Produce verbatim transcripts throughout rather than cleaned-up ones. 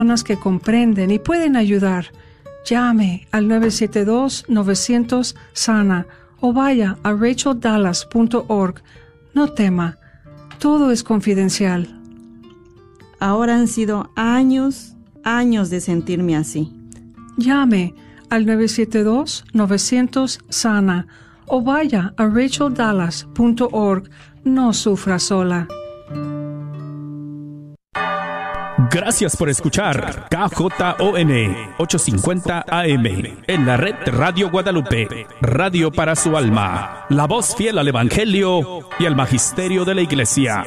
que comprenden y pueden ayudar. Llame al nueve siete dos, nueve cero cero, S A N A o vaya a rachel dallas punto org. No tema, todo es confidencial. Ahora han sido años, años de sentirme así. Llame al nueve siete dos, nueve cero cero, S A N A o vaya a rachel dallas punto org. No sufra sola. Gracias por escuchar K J O N ochocientos cincuenta A M en la red Radio Guadalupe, radio para su alma, la voz fiel al Evangelio y al Magisterio de la Iglesia.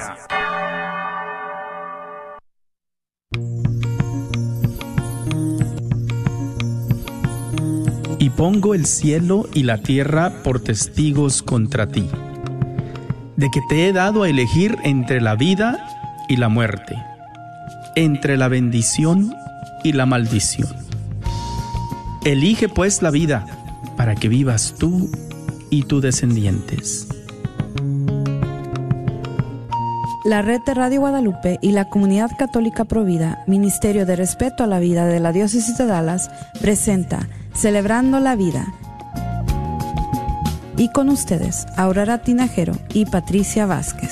Y pongo el cielo y la tierra por testigos contra ti, de que te he dado a elegir entre la vida y la muerte, entre la bendición y la maldición. Elige pues la vida, para que vivas tú y tus descendientes. La Red de Radio Guadalupe y la Comunidad Católica Provida, Ministerio de Respeto a la Vida de la Diócesis de Dallas, presenta Celebrando la Vida. Y con ustedes, Aurora Tinajero y Patricia Vázquez.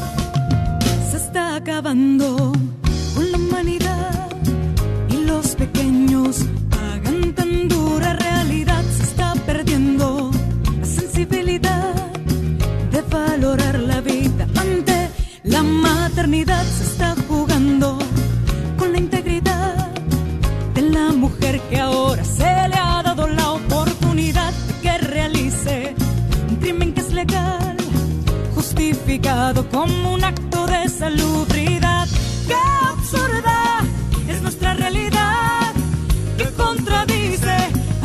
Se está acabando con la humanidad y los pequeños pagan tan dura realidad. Se está perdiendo la sensibilidad de valorar la vida ante la maternidad. Se está jugando con la integridad de la mujer que ahora se le ha dado la oportunidad de que realice un crimen que es legal, justificado como un acto de salubridad. ¡Qué absurda es nuestra realidad! Que contradice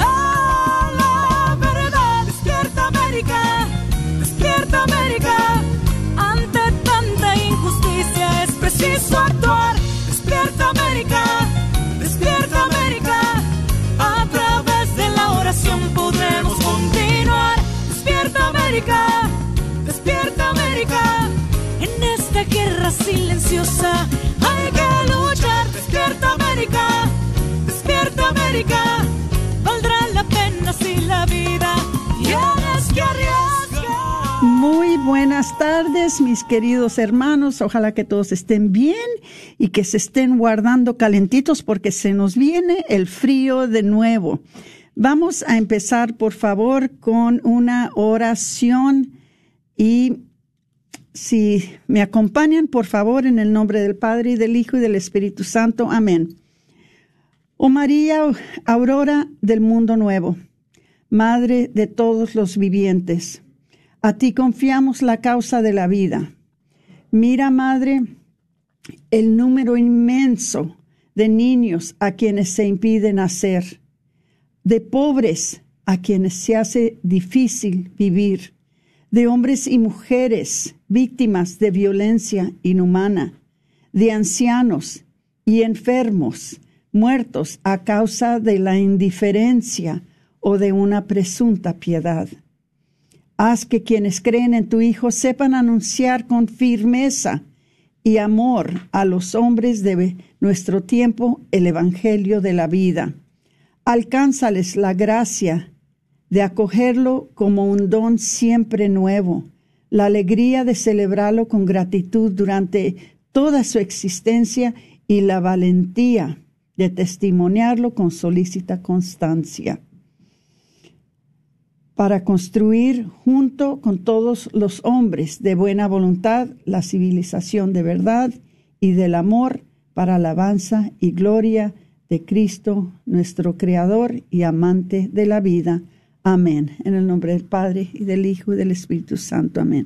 a la verdad. Despierta América, despierta América. Ante tanta injusticia es preciso actuar. Despierta América, despierta América. A través de la oración podremos continuar. Despierta América, despierta América. En esta guerra silenciosa hay que luchar. Despierta América, despierta América. Valdrá la pena si la vida tienes que arriesgar. Muy buenas tardes, mis queridos hermanos. Ojalá que todos estén bien y que se estén guardando calentitos porque se nos viene el frío de nuevo. Vamos a empezar, por favor, con una oración y si me acompañan, por favor, en el nombre del Padre, y del Hijo, y del Espíritu Santo. Amén. Oh María, aurora del mundo nuevo, Madre de todos los vivientes, a ti confiamos la causa de la vida. Mira, Madre, el número inmenso de niños a quienes se impide nacer, de pobres a quienes se hace difícil vivir, de hombres y mujeres víctimas de violencia inhumana, de ancianos y enfermos muertos a causa de la indiferencia o de una presunta piedad. Haz que quienes creen en tu Hijo sepan anunciar con firmeza y amor a los hombres de nuestro tiempo el Evangelio de la vida. Alcánzales la gracia de acogerlo como un don siempre nuevo, la alegría de celebrarlo con gratitud durante toda su existencia y la valentía de testimoniarlo con solícita constancia, para construir junto con todos los hombres de buena voluntad la civilización de verdad y del amor para alabanza y gloria de Cristo, nuestro Creador y amante de la vida. Amén. En el nombre del Padre, y del Hijo, y del Espíritu Santo. Amén.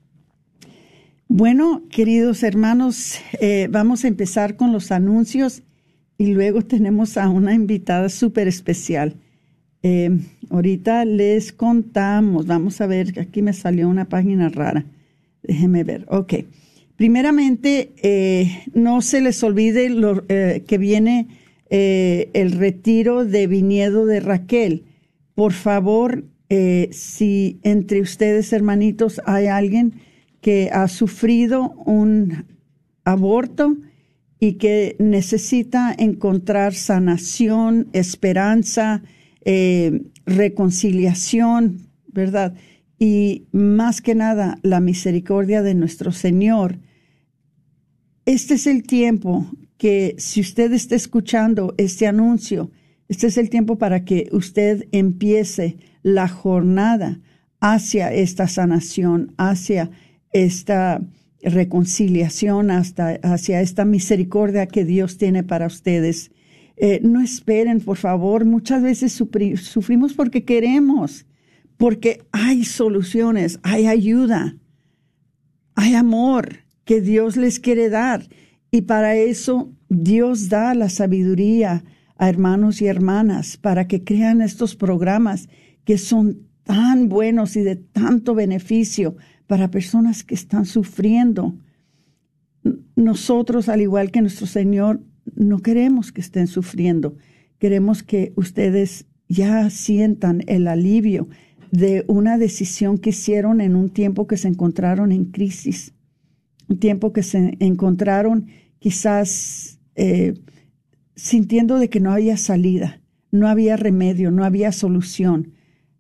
Bueno, queridos hermanos, eh, vamos a empezar con los anuncios y luego tenemos a una invitada súper especial. Eh, ahorita les contamos, vamos a ver, aquí me salió una página rara. Déjenme ver. Ok. Primeramente, eh, no se les olvide lo, eh, que viene eh, el retiro de viñedo de Raquel. Por favor, eh, si entre ustedes, hermanitos, hay alguien que ha sufrido un aborto y que necesita encontrar sanación, esperanza, eh, reconciliación, ¿verdad? Y más que nada, la misericordia de nuestro Señor. Este es el tiempo que, si usted está escuchando este anuncio, este es el tiempo para que usted empiece la jornada hacia esta sanación, hacia esta reconciliación, hasta hacia esta misericordia que Dios tiene para ustedes. Eh, no esperen, por favor. Muchas veces sufri- sufrimos porque queremos, porque hay soluciones, hay ayuda, hay amor que Dios les quiere dar. Y para eso Dios da la sabiduría a hermanos y hermanas para que crean estos programas que son tan buenos y de tanto beneficio para personas que están sufriendo. Nosotros, al igual que nuestro Señor, no queremos que estén sufriendo. Queremos que ustedes ya sientan el alivio de una decisión que hicieron en un tiempo que se encontraron en crisis, un tiempo que se encontraron quizás eh, sintiendo de que no había salida, no había remedio, no había solución.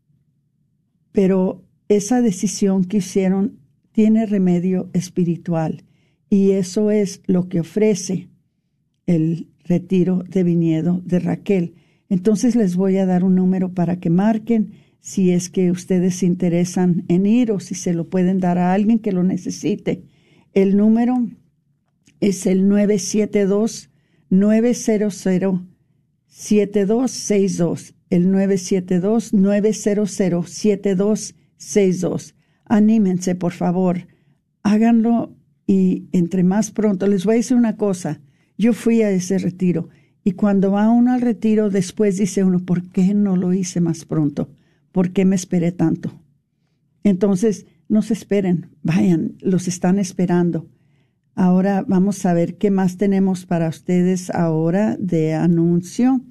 Pero esa decisión que hicieron tiene remedio espiritual, y eso es lo que ofrece el retiro de viñedo de Raquel. Entonces les voy a dar un número para que marquen si es que ustedes se interesan en ir o si se lo pueden dar a alguien que lo necesite. El número es el nueve siete dos, nueve cero cero, siete dos seis dos. El nueve siete dos, nueve cero cero, siete dos seis dos. Anímense, por favor. Háganlo, y entre más pronto. Les voy a decir una cosa. Yo fui a ese retiro, y cuando va uno al retiro, después dice uno, ¿por qué no lo hice más pronto? ¿Por qué me esperé tanto? Entonces, no se esperen. Vayan, los están esperando. Ahora vamos a ver qué más tenemos para ustedes ahora de anuncio.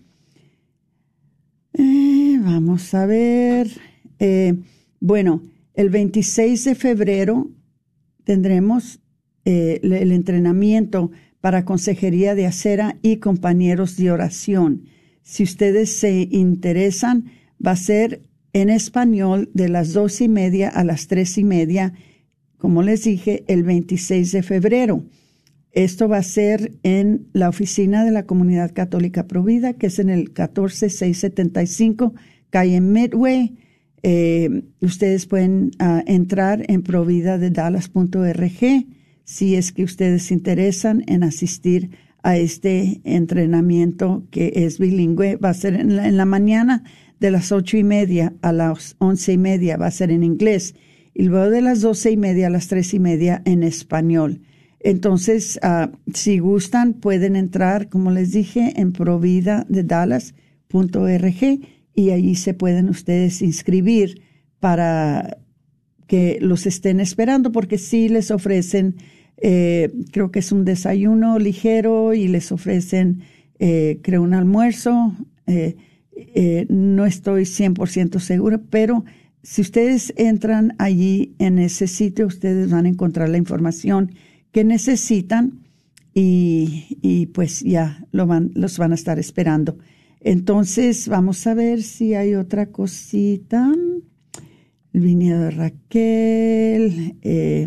Eh, vamos a ver. Eh, bueno, el veintiséis de febrero tendremos eh, el entrenamiento para consejería de acera y compañeros de oración. Si ustedes se interesan, va a ser en español de las dos y media a las tres y media, como les dije, el veintiséis de febrero. Esto va a ser en la oficina de la Comunidad Católica Provida, que es en el catorce seiscientos setenta y cinco, calle Midway. Eh, ustedes pueden uh, entrar en provida de dallas punto org si es que ustedes se interesan en asistir a este entrenamiento que es bilingüe. Va a ser en la, en la mañana de las ocho y media a las once y media, va a ser en inglés, y luego de las doce y media a las tres y media en español. Entonces, uh, si gustan, pueden entrar, como les dije, en provida de dallas punto org, y allí se pueden ustedes inscribir para que los estén esperando, porque sí les ofrecen, eh, creo que es un desayuno ligero, y les ofrecen, eh, creo, un almuerzo. Eh, eh, no estoy cien por ciento segura, pero si ustedes entran allí en ese sitio, ustedes van a encontrar la información que necesitan, y, y pues ya lo van, los van a estar esperando. Entonces, vamos a ver si hay otra cosita. El viñedo de Raquel. Eh,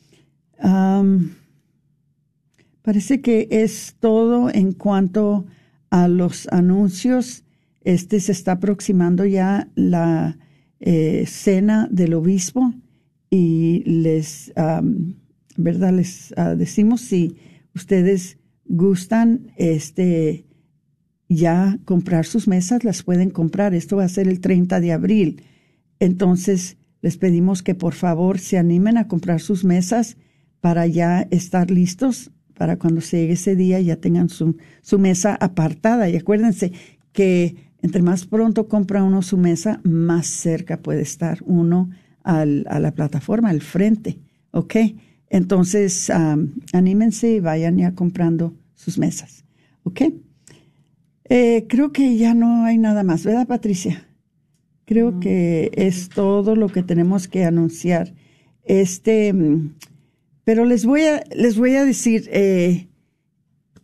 um, parece que es todo en cuanto a los anuncios. Este se está aproximando ya la eh, cena del obispo, y les, um, ¿verdad? Les uh, decimos si ustedes gustan, este, ya comprar sus mesas, las pueden comprar. Esto va a ser el treinta de abril. Entonces, les pedimos que por favor se animen a comprar sus mesas para ya estar listos para cuando se llegue ese día ya tengan su, su mesa apartada. Y acuérdense que entre más pronto compra uno su mesa, más cerca puede estar uno al, a la plataforma, al frente. ¿Ok? Entonces, um, anímense y vayan ya comprando sus mesas. ¿Ok? Eh, creo que ya no hay nada más, ¿verdad, Patricia? Creo mm. que es todo lo que tenemos que anunciar. Este, pero les voy a, les voy a decir, eh,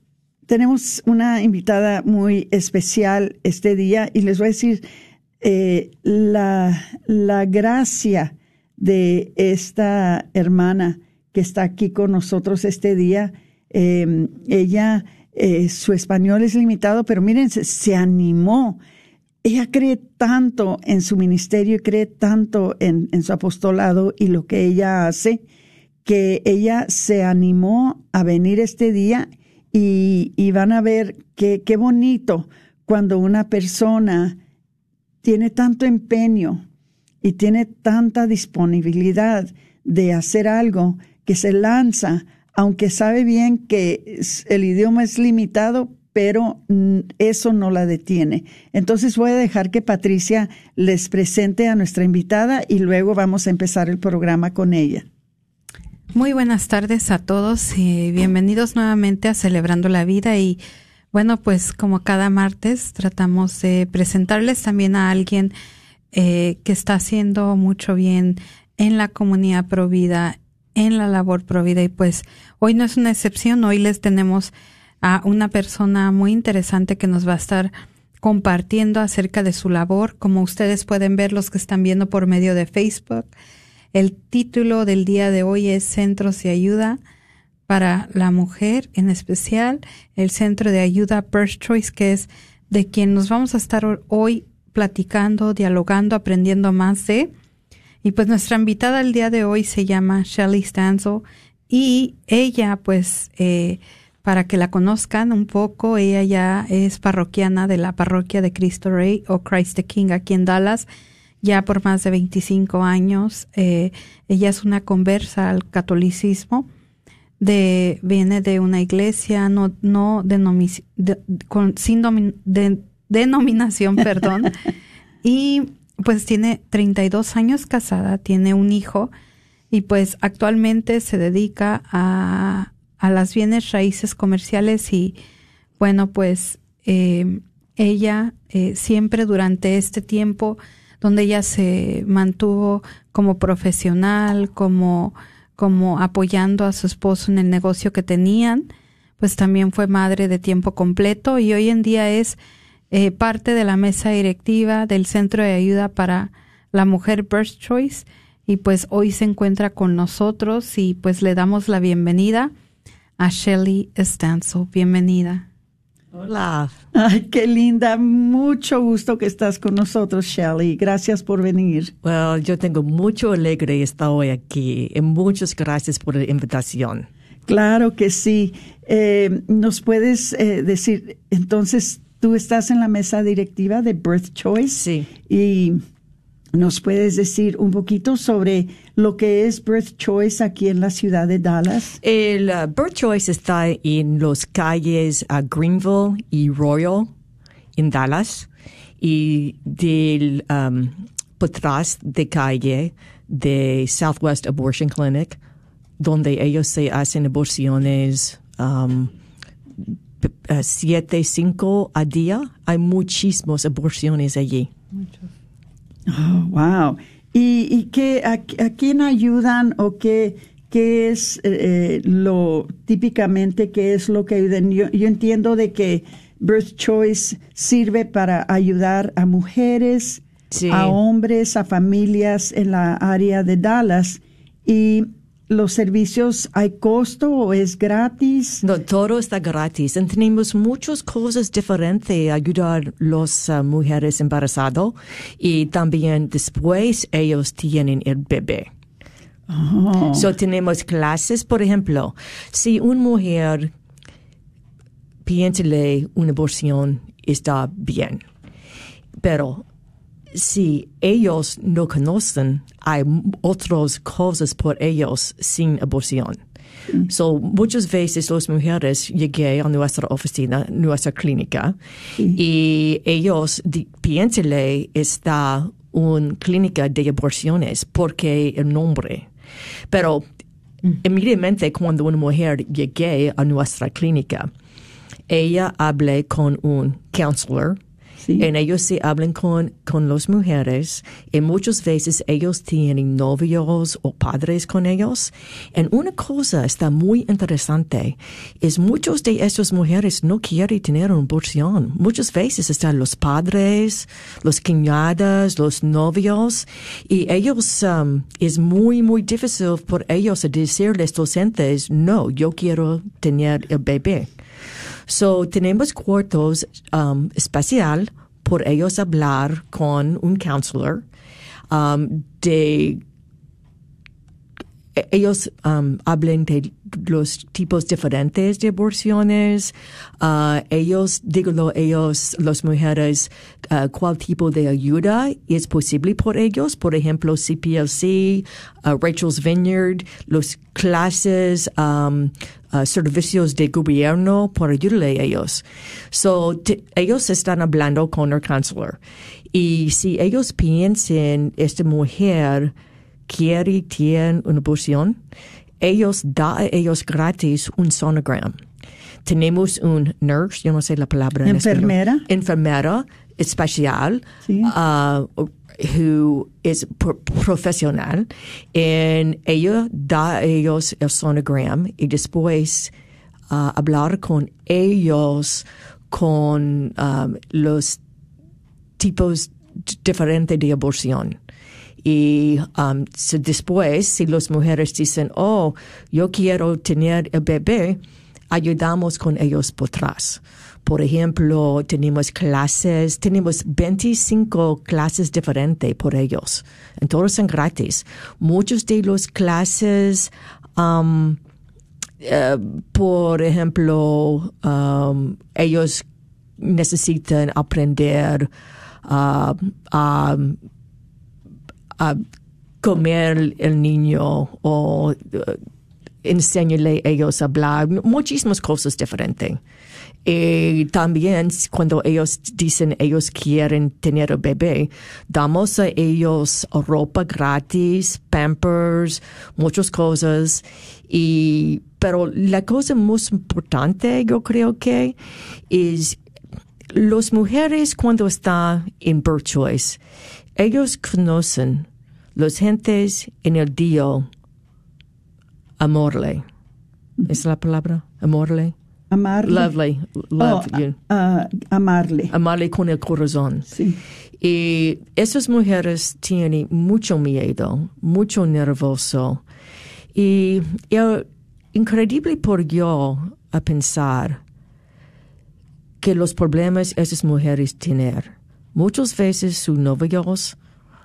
tenemos una invitada muy especial este día y les voy a decir eh, la, la gracia de esta hermana que está aquí con nosotros este día. Eh, ella, eh, su español es limitado, pero miren, se, se animó. Ella cree tanto en su ministerio y cree tanto en, en su apostolado y lo que ella hace, que ella se animó a venir este día y, y van a ver qué qué bonito cuando una persona tiene tanto empeño y tiene tanta disponibilidad de hacer algo, que se lanza, aunque sabe bien que el idioma es limitado, pero eso no la detiene. Entonces voy a dejar que Patricia les presente a nuestra invitada y luego vamos a empezar el programa con ella. Muy buenas tardes a todos y bienvenidos nuevamente a Celebrando la Vida. Y bueno, pues como cada martes tratamos de presentarles también a alguien eh, que está haciendo mucho bien en la comunidad Provida, en la labor Provida. Y pues hoy no es una excepción, hoy les tenemos a una persona muy interesante que nos va a estar compartiendo acerca de su labor. Como ustedes pueden ver, los que están viendo por medio de Facebook, el título del día de hoy es Centros de Ayuda para la Mujer, en especial el Centro de Ayuda Birth Choice, que es de quien nos vamos a estar hoy platicando, dialogando, aprendiendo más de. Y pues nuestra invitada el día de hoy se llama Shelly Stansel y ella pues... Eh, Para que la conozcan un poco, ella ya es parroquiana de la parroquia de Cristo Rey o Christ the King aquí en Dallas, ya por más de veinticinco años. Eh, ella es una conversa al catolicismo, de, viene de una iglesia no, no denomi, de, con, sin domin, de, denominación, perdón, y pues tiene treinta y dos años casada, tiene un hijo y pues actualmente se dedica a... a las bienes raíces comerciales y bueno, pues eh, ella eh, siempre durante este tiempo donde ella se mantuvo como profesional, como, como apoyando a su esposo en el negocio que tenían, pues también fue madre de tiempo completo y hoy en día es eh, parte de la mesa directiva del Centro de Ayuda para la Mujer Birth Choice y pues hoy se encuentra con nosotros y pues le damos la bienvenida a Shelly Stansel. Bienvenida. Hola. Ay, qué linda. Mucho gusto que estás con nosotros, Shelly. Gracias por venir. Well, yo tengo mucho alegre estar hoy aquí y muchas gracias por la invitación. Claro que sí. Eh, ¿Nos puedes eh, decir, entonces, tú estás en la mesa directiva de Birth Choice? Sí. Y ¿nos puedes decir un poquito sobre lo que es Birth Choice aquí en la ciudad de Dallas? El uh, Birth Choice está en las calles uh, Greenville y Royal en Dallas y del um, por atrás de calle de Southwest Abortion Clinic, donde ellos se hacen aborciones um, uh, siete, cinco a día. Hay muchísimas aborciones allí. Muchos. Oh, wow. ¿Y, y qué, a, a quién ayudan o qué, qué es eh, lo típicamente, qué es lo que ayudan? Yo, yo entiendo de que Birth Choice sirve para ayudar a mujeres, sí, a hombres, a familias en la área de Dallas. ¿Y los servicios hay costo o es gratis? No, todo está gratis. Y tenemos muchas cosas diferentes a ayudar a las uh, mujeres embarazadas y también después ellos tienen el bebé. Oh. So tenemos clases, por ejemplo, si una mujer piensa que una aborción está bien, pero si ellos no conocen, hay otras cosas por ellos sin aborción. Mm. So, muchas veces las mujeres llegan a nuestra oficina, nuestra clínica, mm. y ellos di- piensan que está una clínica de aborciones porque el nombre. Pero mm. inmediatamente cuando una mujer llega a nuestra clínica, ella habla con un counselor Sí. En ellos se hablan con, con las mujeres y muchas veces ellos tienen novios o padres con ellos. Y una cosa está muy interesante es muchos de estas mujeres no quieren tener una aborción. Muchas veces están los padres, los cuñadas, los novios y ellos um, es muy, muy difícil por ellos decirles docentes, no, yo quiero tener el bebé. So, tenemos cuartos um, especial por ellos hablar con un counselor um, de ellos um, hablan de los tipos diferentes de aborciones. Uh, ellos, dígalo, ellos, las mujeres, uh, cuál tipo de ayuda es posible por ellos. Por ejemplo, C P L C, uh, Rachel's Vineyard, los clases, um, uh, servicios de gobierno para ayudarle a ellos. So, t- ellos están hablando con el counselor. Y si ellos piensan, esta mujer quiere tener una aborción, ellos da a ellos gratis un sonogram. Tenemos un nurse, yo no sé la palabra en enfermera, español, enfermera especial, sí. uh, who es pro- profesional, y ella da a ellos el sonogram y después uh, hablar con ellos con um, los tipos d- diferentes de aborción. Y um, so después, si las mujeres dicen, oh, yo quiero tener el bebé, ayudamos con ellos por atrás. Por ejemplo, tenemos clases, tenemos veinticinco clases diferentes por ellos. En todos son gratis. Muchos de las clases, um, uh, por ejemplo, um, ellos necesitan aprender uh, a uh, a comer el niño o uh, enseñarle a ellos a hablar, muchísimas cosas diferentes. Y también cuando ellos dicen ellos quieren tener un bebé, damos a ellos ropa gratis, Pampers, muchas cosas. Y, pero la cosa más importante yo creo que es las mujeres cuando están en birth choice, ellos conocen las gentes en el día amorle. ¿Es la palabra? Amorle. Amarle. Lovely. Love oh, you. Uh, amarle. Amarle con el corazón. Sí. Y esas mujeres tienen mucho miedo, mucho nervioso. Y es increíble por yo a pensar que los problemas esas mujeres tienen. Muchas veces sus novios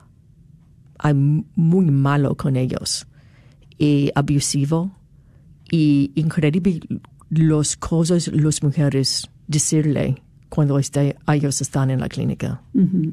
hay muy malo con ellos y abusivo y increíble las cosas las mujeres decirle cuando este, ellos están en la clínica. Uh-huh.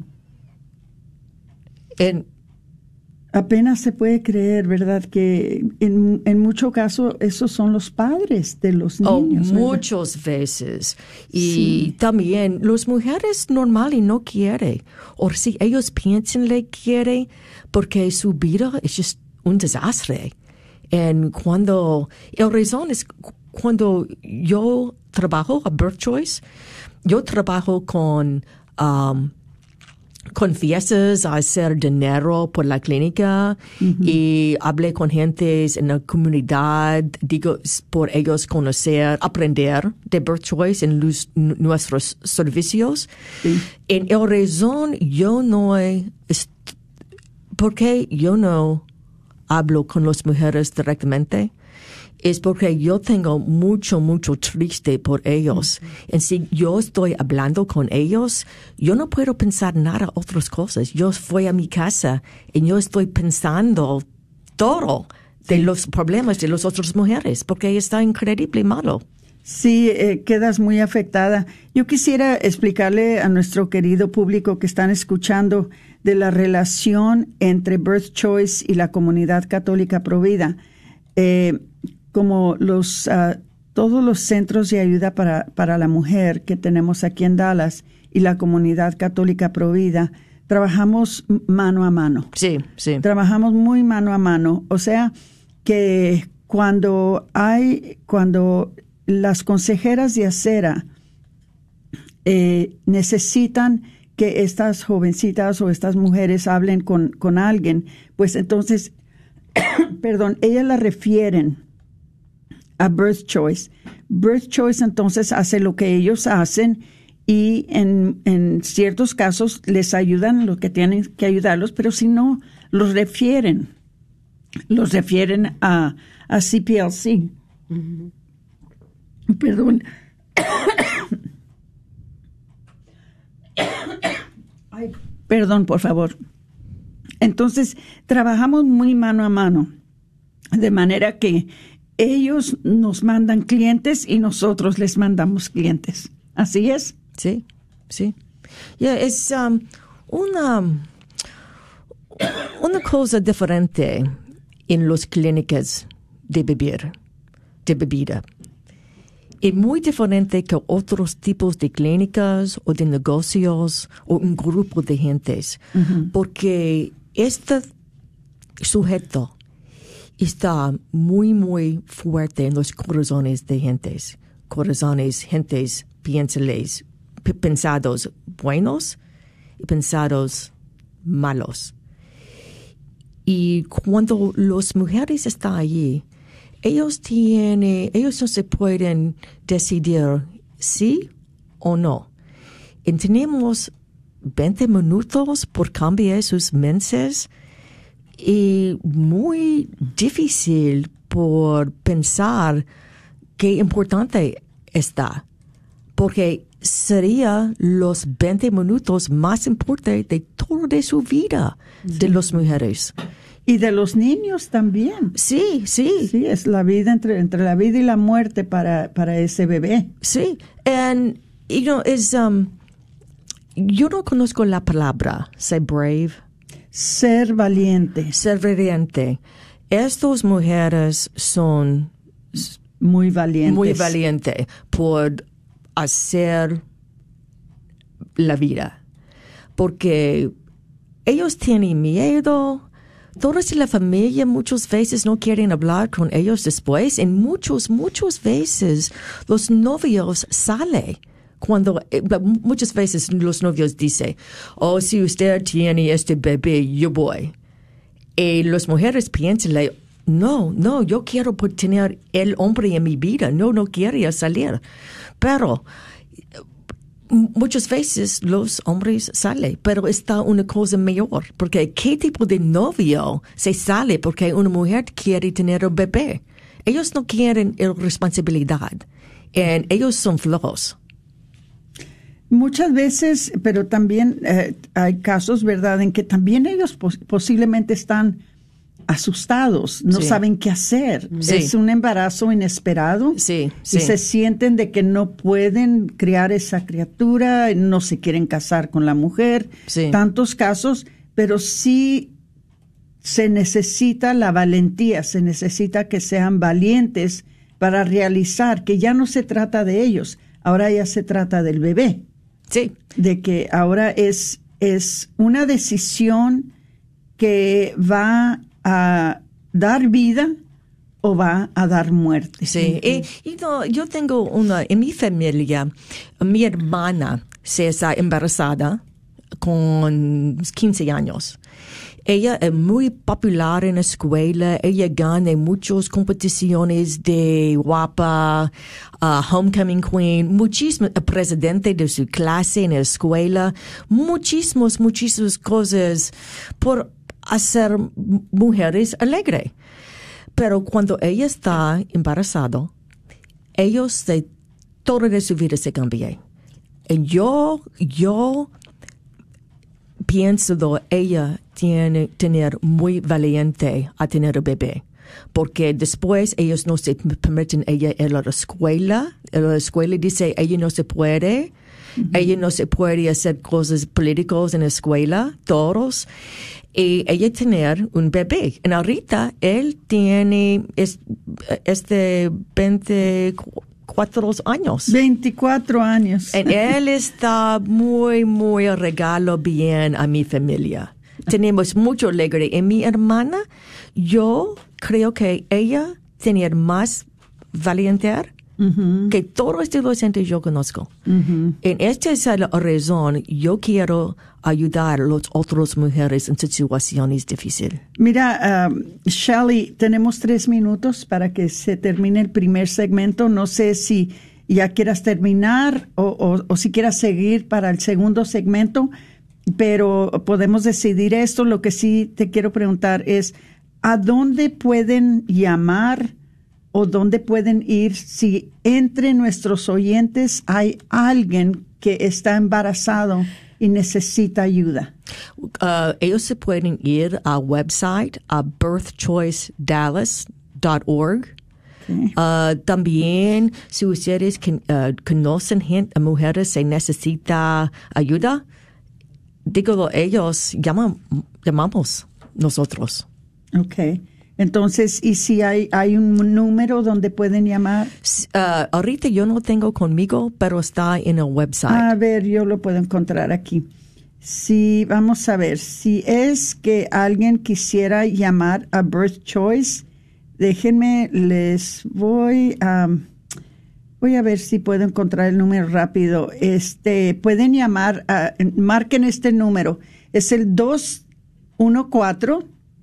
En, Apenas se puede creer, ¿verdad? Que en, en mucho caso esos son los padres de los niños. Oh, muchas veces. Y sí. También las mujeres normales no quieren. O si ellos piensan que quieren, porque su vida es just un desastre. Y cuando, la razón es cuando yo trabajo a Birth Choice, yo trabajo con um, con fiestas a hacer dinero por la clínica uh-huh. y hablé con gentes en la comunidad, digo, por ellos conocer, aprender de Birth Choice en los, nuestros servicios. Sí. En la razón yo no he, porque yo no hablo con las mujeres directamente, es porque yo tengo mucho, mucho triste por ellos. Uh-huh. Y si yo estoy hablando con ellos, yo no puedo pensar nada otras cosas. Yo fui a mi casa y yo estoy pensando todo de los problemas de las otras mujeres, porque está increíble malo. Sí, eh, quedas muy afectada. Yo quisiera explicarle a nuestro querido público que están escuchando de la relación entre Birth Choice y la comunidad católica Provida. Eh, como los uh, todos los centros de ayuda para, para la mujer que tenemos aquí en Dallas y la comunidad católica Provida, trabajamos mano a mano. Sí, sí. Trabajamos muy mano a mano. O sea, que cuando hay, cuando las consejeras de acera eh, necesitan que estas jovencitas o estas mujeres hablen con, con alguien, pues entonces, perdón, ellas la refieren a Birth Choice. Birth Choice entonces hace lo que ellos hacen y en, en ciertos casos les ayudan lo que tienen que ayudarlos, pero si no, los refieren. Los refieren a, a C P L C. Uh-huh. Perdón. Ay, perdón, por favor. Entonces, trabajamos muy mano a mano, de manera que ellos nos mandan clientes y nosotros les mandamos clientes. ¿Así es? Sí, sí. Yeah, es um, una, una cosa diferente en las clínicas de beber, de bebida. Es muy diferente que otros tipos de clínicas o de negocios o un grupo de gentes. Uh-huh. Porque este sujeto está muy, muy fuerte en los corazones de gentes. Corazones, gentes, piénsales, p- pensados buenos y pensados malos. Y cuando las mujeres están allí, ellos tienen, ellos no se pueden decidir sí o no. Y tenemos veinte minutos por cambiar sus mentes y muy difícil por pensar qué importante está. Porque sería los veinte minutos más importantes de toda de su vida, sí, de las mujeres. Y de los niños también. Sí, sí. Sí, es la vida entre, entre la vida y la muerte para, para ese bebé. Sí. And, you know, es, um, yo no conozco la palabra, say brave. Ser valiente. Ser valiente. Estas mujeres son muy valientes. Muy valientes por hacer la vida. Porque ellos tienen miedo. Todos en la familia muchas veces no quieren hablar con ellos después. Y muchos, muchas veces los novios salen. Cuando, eh, muchas veces los novios dicen, oh, si usted tiene este bebé, yo voy. Y las mujeres piensan, no, no, yo quiero tener el hombre en mi vida. No, no quiero salir. Pero muchas veces los hombres salen, pero está una cosa mayor. Porque ¿qué tipo de novio se sale porque una mujer quiere tener un bebé? Ellos no quieren la responsabilidad. Y ellos son flojos. Muchas veces, pero también eh, hay casos, ¿verdad?, en que también ellos pos- posiblemente están asustados, no sí. saben qué hacer. Sí. Es un embarazo inesperado. Sí, sí. Y se sienten de que no pueden criar esa criatura, no se quieren casar con la mujer. Sí. Tantos casos, pero sí se necesita la valentía, se necesita que sean valientes para realizar que ya no se trata de ellos, ahora ya se trata del bebé. Sí. De que ahora es, es una decisión que va a dar vida o va a dar muerte. Sí. Y, y no, yo tengo una, en mi familia, mi hermana se está embarazada con quince años. Ella es muy popular en la escuela. Ella gana muchas competiciones de guapa, uh, homecoming queen, muchísimo, presidente de su clase en la escuela, muchísimas, muchísimas cosas por hacer mujeres alegres. Pero cuando ella está embarazada, ellos se, toda de su vida se cambia. Y yo, yo pienso que ella tiene que tener muy valiente a tener un bebé. Porque después ellos no se permiten ella ir a la escuela. En la escuela dice, ella no se puede. Uh-huh. Ella no se puede hacer cosas políticas en la escuela, todos. Y ella tener un bebé. Y ahorita él tiene es, este veinticuatro años. veinticuatro años. Y él está muy, muy regalo bien a mi familia. Tenemos mucho alegría. Y mi hermana, yo creo que ella tenía más valiente Uh-huh. Que todo este adolescente yo conozco. Uh-huh. En esta es la razón yo quiero ayudar a las otras mujeres en situaciones difíciles. Mira, um, Shelley, tenemos tres minutos para que se termine el primer segmento. No sé si ya quieras terminar o, o, o si quieras seguir para el segundo segmento, pero podemos decidir esto. Lo que sí te quiero preguntar es, ¿a dónde pueden llamar o dónde pueden ir si entre nuestros oyentes hay alguien que está embarazado y necesita ayuda? Uh, ellos se pueden ir al website a birth choice dallas dot org. Okay. Uh, también, si ustedes can, uh, conocen gente, mujeres que necesitan ayuda, dígalo ellos, llaman, llamamos nosotros. Okay. Entonces, ¿y si hay, hay un número donde pueden llamar? Uh, ahorita yo no tengo conmigo, pero está en el website. A ver, yo lo puedo encontrar aquí. Si, vamos a ver, si es que alguien quisiera llamar a Birth Choice, déjenme, les voy a, voy a ver si puedo encontrar el número rápido. Este, pueden llamar, a, marquen este número, es el dos uno cuatro,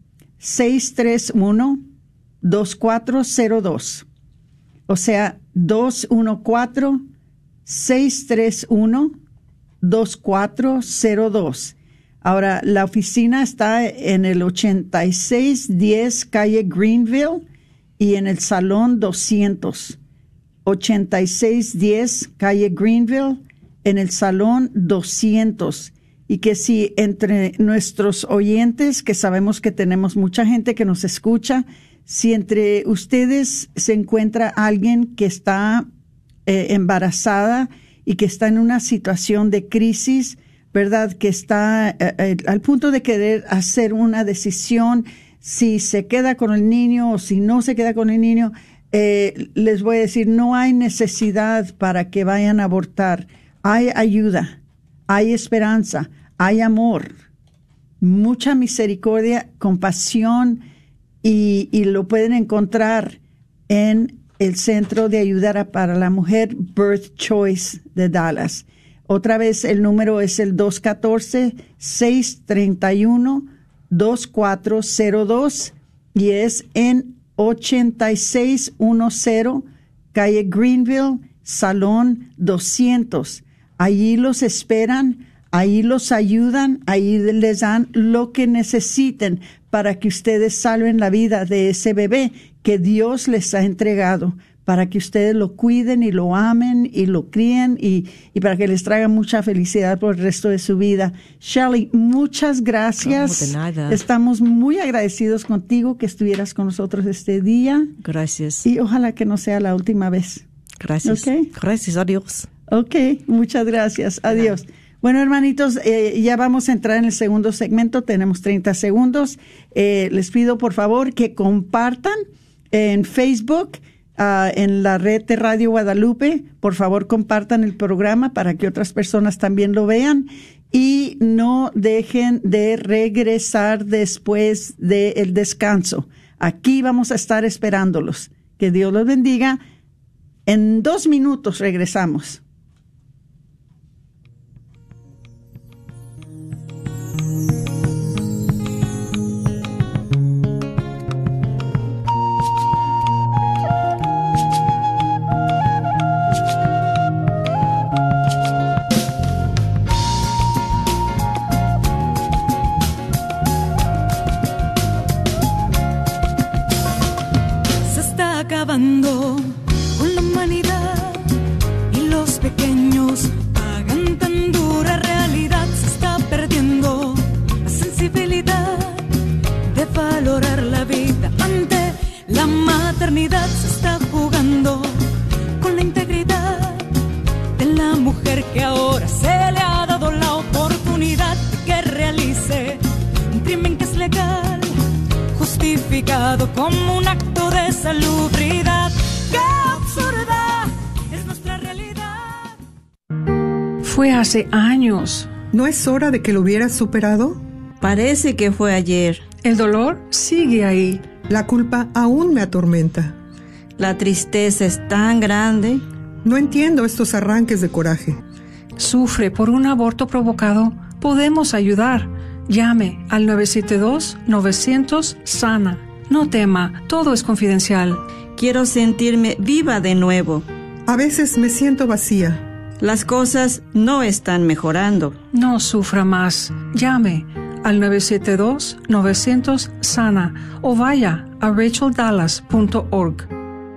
seis tres uno, dos cuatro cero dos. O sea, dos uno cuatro, seis tres uno, dos cuatro cero dos. Ahora, la oficina está en el ochenta y seis diez calle Greenville y en el salón doscientos. ochenta y seis diez calle Greenville, en el salón doscientos. Y que si entre nuestros oyentes, que sabemos que tenemos mucha gente que nos escucha, si entre ustedes se encuentra alguien que está eh, embarazada y que está en una situación de crisis, ¿verdad? Que está eh, eh, al punto de querer hacer una decisión, si se queda con el niño o si no se queda con el niño, eh, les voy a decir, no hay necesidad para que vayan a abortar. Hay ayuda, hay esperanza, hay amor, mucha misericordia, compasión, y, y lo pueden encontrar en el Centro de Ayuda para la Mujer Birth Choice de Dallas. Otra vez el número es el dos uno cuatro, seis tres uno, dos cuatro cero dos y es en ochenta y seis diez calle Greenville, salón doscientos. Allí los esperan, ahí los ayudan, ahí les dan lo que necesiten para que ustedes salven la vida de ese bebé que Dios les ha entregado, para que ustedes lo cuiden y lo amen y lo críen y, y para que les traiga mucha felicidad por el resto de su vida. Shelley, muchas gracias. No, de nada. Estamos muy agradecidos contigo que estuvieras con nosotros este día. Gracias. Y ojalá que no sea la última vez. Gracias. Okay. Gracias, adiós. Ok, muchas gracias. Adiós. Bueno, hermanitos, eh, ya vamos a entrar en el segundo segmento. Tenemos treinta segundos. Eh, les pido, por favor, que compartan en Facebook, uh, en la red de Radio Guadalupe. Por favor, compartan el programa para que otras personas también lo vean. Y no dejen de regresar después del descanso. Aquí vamos a estar esperándolos. Que Dios los bendiga. En dos minutos regresamos. Con la humanidad y los pequeños pagan tan dura realidad. Se está perdiendo la sensibilidad de valorar la vida. Ante la maternidad se está jugando con la integridad de la mujer que ahora se le ha dado la oportunidad de que realice un crimen que es legal, justificado como un acto de salubridad. ¡Qué absurda es nuestra realidad! Fue hace años. ¿No es hora de que lo hubieras superado? Parece que fue ayer. El dolor sigue ahí. La culpa aún me atormenta. La tristeza es tan grande. No entiendo estos arranques de coraje. ¿Sufre por un aborto provocado? Podemos ayudar. Llame al nueve siete dos, nueve cero cero, SANA. No tema, todo es confidencial. Quiero sentirme viva de nuevo. A veces me siento vacía. Las cosas no están mejorando. No sufra más. Llame al nueve siete dos, nueve cero cero, SANA o vaya a rachel dallas punto org.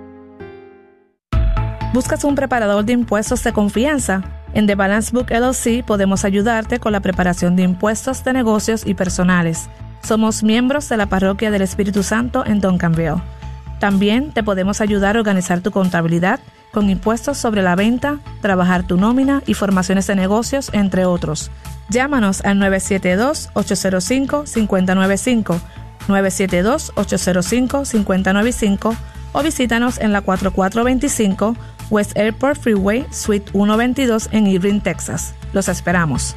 ¿Buscas un preparador de impuestos de confianza? En The Balance Book L L C podemos ayudarte con la preparación de impuestos de negocios y personales. Somos miembros de la Parroquia del Espíritu Santo en Duncanville. También te podemos ayudar a organizar tu contabilidad con impuestos sobre la venta, trabajar tu nómina y formaciones de negocios, entre otros. Llámanos al nueve siete dos, ocho cero cinco, cinco cero nueve cinco, nueve siete dos, ocho cero cinco, cinco cero nueve cinco o visítanos en la cuatro cuatro veinticinco West Airport Freeway, Suite ciento veintidós en Irving, Texas. Los esperamos.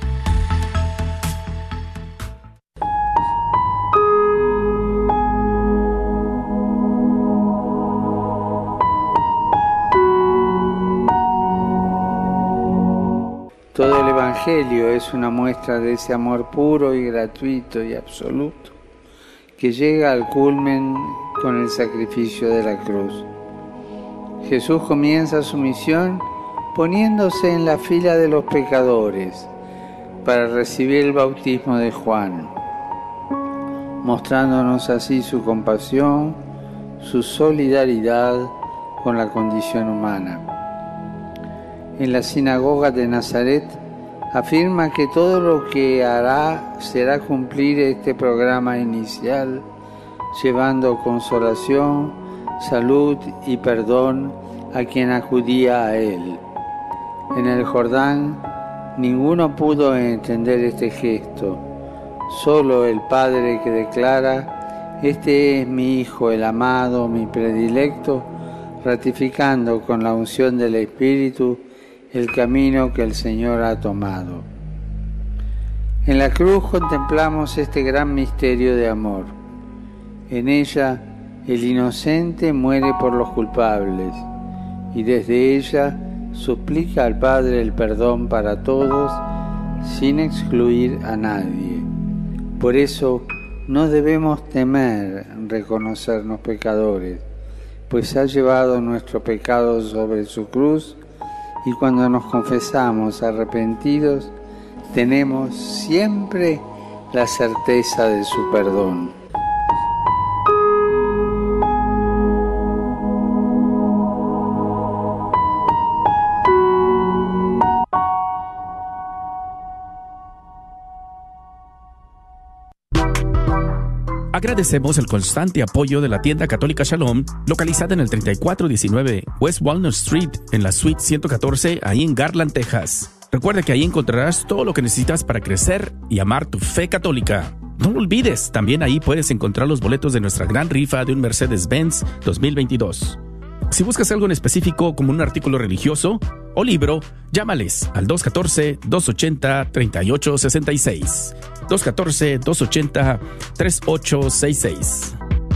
Todo el Evangelio es una muestra de ese amor puro y gratuito y absoluto que llega al culmen con el sacrificio de la cruz. Jesús comienza su misión poniéndose en la fila de los pecadores para recibir el bautismo de Juan, mostrándonos así su compasión, su solidaridad con la condición humana. En la sinagoga de Nazaret afirma que todo lo que hará será cumplir este programa inicial, llevando consolación, salud y perdón a quien acudía a él. En el Jordán ninguno pudo entender este gesto, solo el Padre que declara: este es mi Hijo, el amado, mi predilecto, ratificando con la unción del Espíritu el camino que el Señor ha tomado. En la cruz contemplamos este gran misterio de amor. En ella el inocente muere por los culpables y desde ella suplica al Padre el perdón para todos sin excluir a nadie. Por eso no debemos temer reconocernos pecadores, pues ha llevado nuestro pecado sobre su cruz y cuando nos confesamos arrepentidos tenemos siempre la certeza de su perdón. Agradecemos el constante apoyo de la tienda católica Shalom, localizada en el treinta y cuatro diecinueve West Walnut Street, en la Suite ciento catorce, ahí en Garland, Texas. Recuerda que ahí encontrarás todo lo que necesitas para crecer y amar tu fe católica. No lo olvides, también ahí puedes encontrar los boletos de nuestra gran rifa de un Mercedes-Benz dos mil veintidós. Si buscas algo en específico como un artículo religioso o libro, llámales al dos uno cuatro, dos ocho cero, tres ocho seis seis. dos uno cuatro, dos ocho cero, tres ocho seis seis.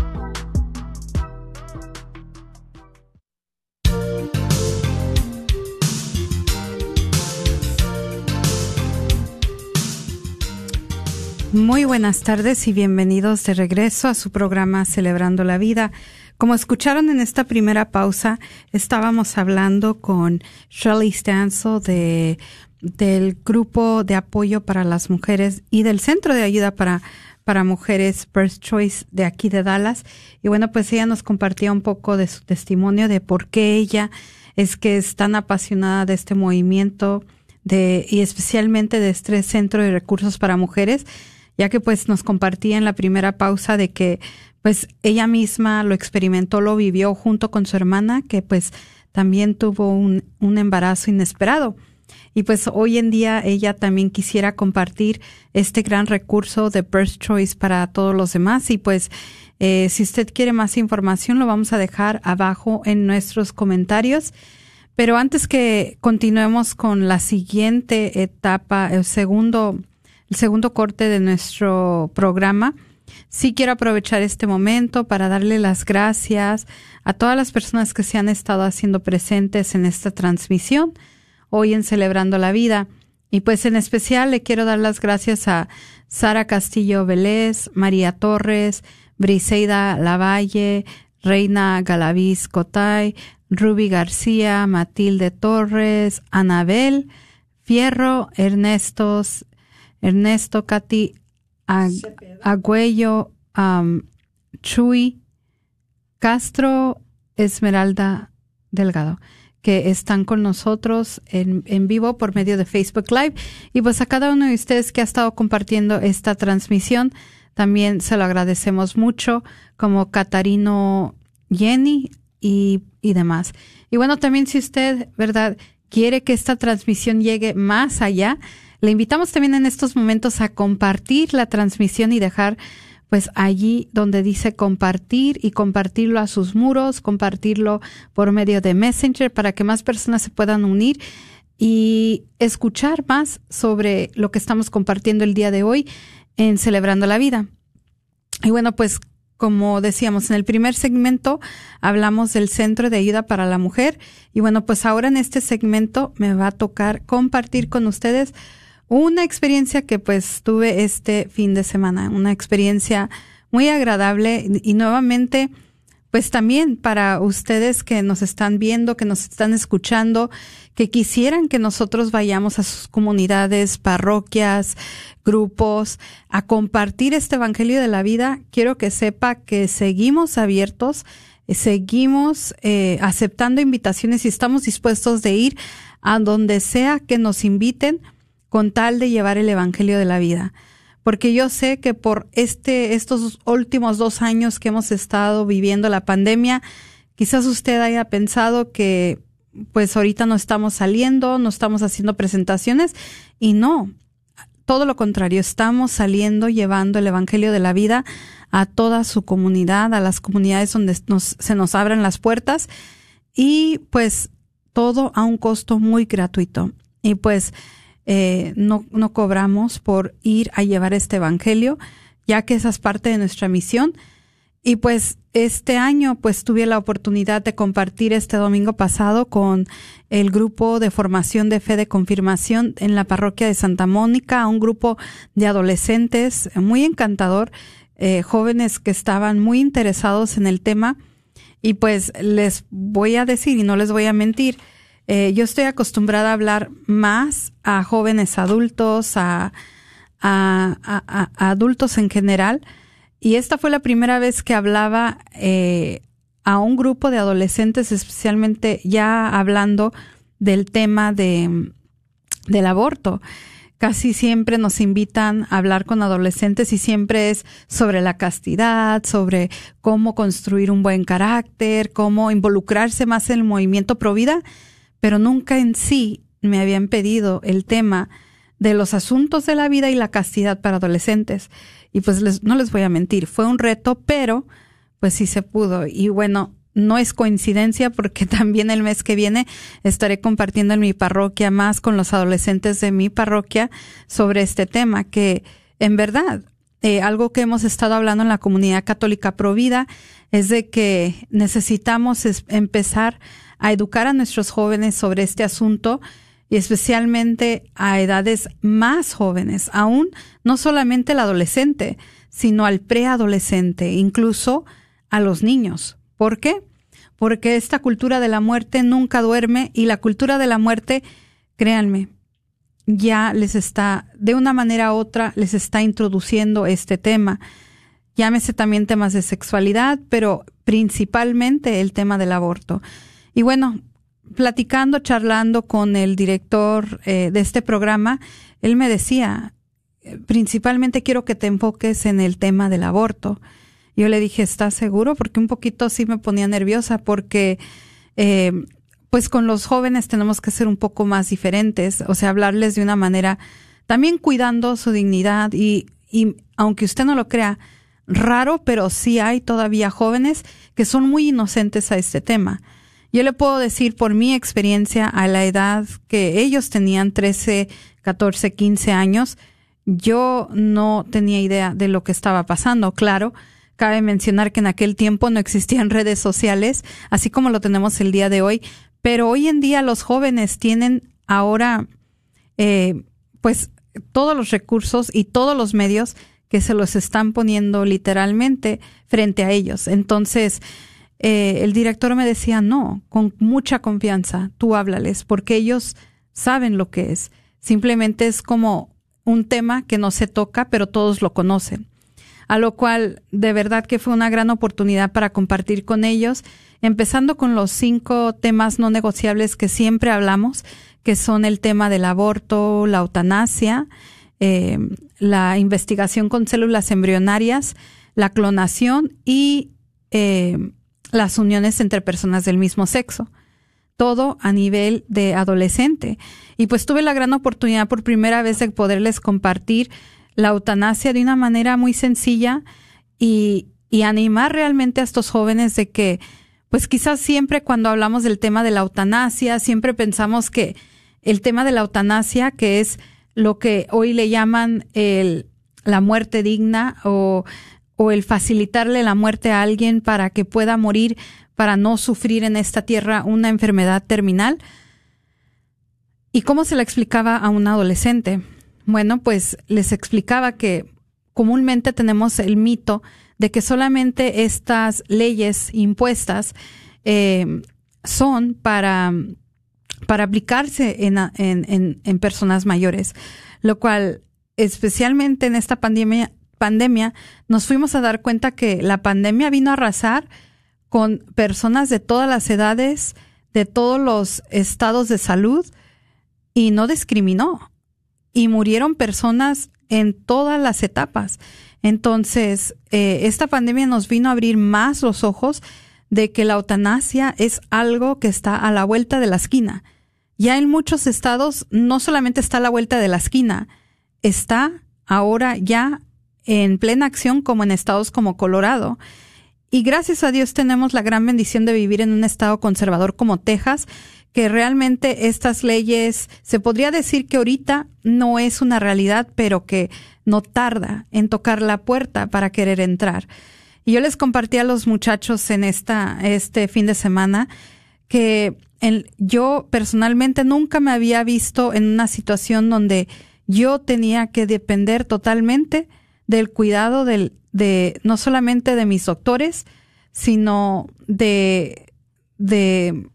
Muy buenas tardes y bienvenidos de regreso a su programa Celebrando la Vida. Como escucharon en esta primera pausa, estábamos hablando con Shirley Stansel de, del grupo de apoyo para las mujeres y del Centro de Ayuda para, para Mujeres First Choice de aquí de Dallas. Y bueno, pues ella nos compartía un poco de su testimonio de por qué ella es que es tan apasionada de este movimiento de, y especialmente de este Centro de Recursos para Mujeres, ya que pues nos compartía en la primera pausa de que pues ella misma lo experimentó, lo vivió junto con su hermana, que pues también tuvo un, un embarazo inesperado. Y pues hoy en día ella también quisiera compartir este gran recurso de Birth Choice para todos los demás. Y pues eh, si usted quiere más información, lo vamos a dejar abajo en nuestros comentarios. Pero antes que continuemos con la siguiente etapa, el segundo, el segundo corte de nuestro programa, sí quiero aprovechar este momento para darle las gracias a todas las personas que se han estado haciendo presentes en esta transmisión, hoy en Celebrando la Vida. Y pues en especial le quiero dar las gracias a Sara Castillo Vélez, María Torres, Briseida Lavalle, Reina Galaviz Cotay, Ruby García, Matilde Torres, Anabel Fierro, Ernesto, Ernesto Cati Agüello, um, Chuy Castro, Esmeralda Delgado, que están con nosotros en, en vivo por medio de Facebook Live. Y pues a cada uno de ustedes que ha estado compartiendo esta transmisión, también se lo agradecemos mucho, como Catarino Jenny y, y demás. Y bueno, también si usted, ¿verdad?, quiere que esta transmisión llegue más allá, le invitamos también en estos momentos a compartir la transmisión y dejar pues allí donde dice compartir y compartirlo a sus muros, compartirlo por medio de Messenger para que más personas se puedan unir y escuchar más sobre lo que estamos compartiendo el día de hoy en Celebrando la Vida. Y bueno, pues como decíamos, en el primer segmento hablamos del Centro de Ayuda para la Mujer y bueno, pues ahora en este segmento me va a tocar compartir con ustedes una experiencia que pues tuve este fin de semana, una experiencia muy agradable y nuevamente pues también para ustedes que nos están viendo, que nos están escuchando, que quisieran que nosotros vayamos a sus comunidades, parroquias, grupos, a compartir este Evangelio de la Vida. Quiero que sepa que seguimos abiertos, seguimos eh, aceptando invitaciones y estamos dispuestos de ir a donde sea que nos inviten con tal de llevar el Evangelio de la Vida. Porque yo sé que por este, estos últimos dos años que hemos estado viviendo la pandemia, quizás usted haya pensado que pues ahorita no estamos saliendo, no estamos haciendo presentaciones y no, todo lo contrario, estamos saliendo, llevando el Evangelio de la Vida a toda su comunidad, a las comunidades donde nos, se nos abran las puertas y pues todo a un costo muy gratuito. Y pues Eh, no, no cobramos por ir a llevar este evangelio, ya que esa es parte de nuestra misión. Y pues este año pues tuve la oportunidad de compartir este domingo pasado con el grupo de formación de fe de confirmación en la parroquia de Santa Mónica, un grupo de adolescentes muy encantador, eh, jóvenes que estaban muy interesados en el tema. Y pues les voy a decir y no les voy a mentir, Eh, yo estoy acostumbrada a hablar más a jóvenes adultos, a, a, a, a adultos en general, y esta fue la primera vez que hablaba eh, a un grupo de adolescentes, especialmente ya hablando del tema de del aborto. Casi siempre nos invitan a hablar con adolescentes y siempre es sobre la castidad, sobre cómo construir un buen carácter, cómo involucrarse más en el movimiento pro vida, pero nunca en sí me habían pedido el tema de los asuntos de la vida y la castidad para adolescentes. Y pues les, no les voy a mentir, fue un reto, pero pues sí se pudo. Y bueno, no es coincidencia porque también el mes que viene estaré compartiendo en mi parroquia más con los adolescentes de mi parroquia sobre este tema, que en verdad, eh, algo que hemos estado hablando en la comunidad católica pro vida es de que necesitamos es empezar a educar a nuestros jóvenes sobre este asunto y especialmente a edades más jóvenes, aún no solamente el adolescente, sino al preadolescente, incluso a los niños. ¿Por qué? Porque esta cultura de la muerte nunca duerme y la cultura de la muerte, créanme, ya les está, de una manera u otra, les está introduciendo este tema. Llámese también temas de sexualidad, pero principalmente el tema del aborto. Y bueno, platicando, charlando con el director eh, de este programa, él me decía, principalmente quiero que te enfoques en el tema del aborto. Yo le dije, ¿estás seguro? Porque un poquito sí me ponía nerviosa porque eh, pues con los jóvenes tenemos que ser un poco más diferentes, o sea, hablarles de una manera, también cuidando su dignidad y, y aunque usted no lo crea, raro, pero sí hay todavía jóvenes que son muy inocentes a este tema. Yo le puedo decir por mi experiencia a la edad que ellos tenían trece, catorce, quince años, yo no tenía idea de lo que estaba pasando. Claro, cabe mencionar que en aquel tiempo no existían redes sociales, así como lo tenemos el día de hoy, pero hoy en día los jóvenes tienen ahora, eh, pues, todos los recursos y todos los medios que se los están poniendo literalmente frente a ellos. Entonces, eh, el director me decía, no, con mucha confianza, tú háblales, porque ellos saben lo que es. Simplemente es como un tema que no se toca, pero todos lo conocen. A lo cual, de verdad que fue una gran oportunidad para compartir con ellos, empezando con los cinco temas no negociables que siempre hablamos, que son el tema del aborto, la eutanasia, eh, la investigación con células embrionarias, la clonación y eh, las uniones entre personas del mismo sexo. Todo a nivel de adolescente. Y pues tuve la gran oportunidad por primera vez de poderles compartir la eutanasia de una manera muy sencilla y, y animar realmente a estos jóvenes de que, pues quizás siempre cuando hablamos del tema de la eutanasia, siempre pensamos que el tema de la eutanasia, que es lo que hoy le llaman el, la muerte digna o, o el facilitarle la muerte a alguien para que pueda morir, para no sufrir en esta tierra una enfermedad terminal. ¿Y cómo se la explicaba a un adolescente? Bueno, pues les explicaba que comúnmente tenemos el mito de que solamente estas leyes impuestas eh, son para, para aplicarse en, en, en, en personas mayores, lo cual, especialmente en esta pandemia, pandemia, nos fuimos a dar cuenta que la pandemia vino a arrasar con personas de todas las edades, de todos los estados de salud, y no discriminó. Y murieron personas en todas las etapas. Entonces, eh, esta pandemia nos vino a abrir más los ojos de que la eutanasia es algo que está a la vuelta de la esquina. Ya en muchos estados no solamente está a la vuelta de la esquina, está ahora ya en plena acción como en estados como Colorado. Y gracias a Dios tenemos la gran bendición de vivir en un estado conservador como Texas, que realmente estas leyes, se podría decir que ahorita no es una realidad, pero que no tarda en tocar la puerta para querer entrar. Y yo les compartí a los muchachos en esta este fin de semana que en, yo personalmente nunca me había visto en una situación donde yo tenía que depender totalmente del cuidado del, de no solamente de mis doctores, sino de de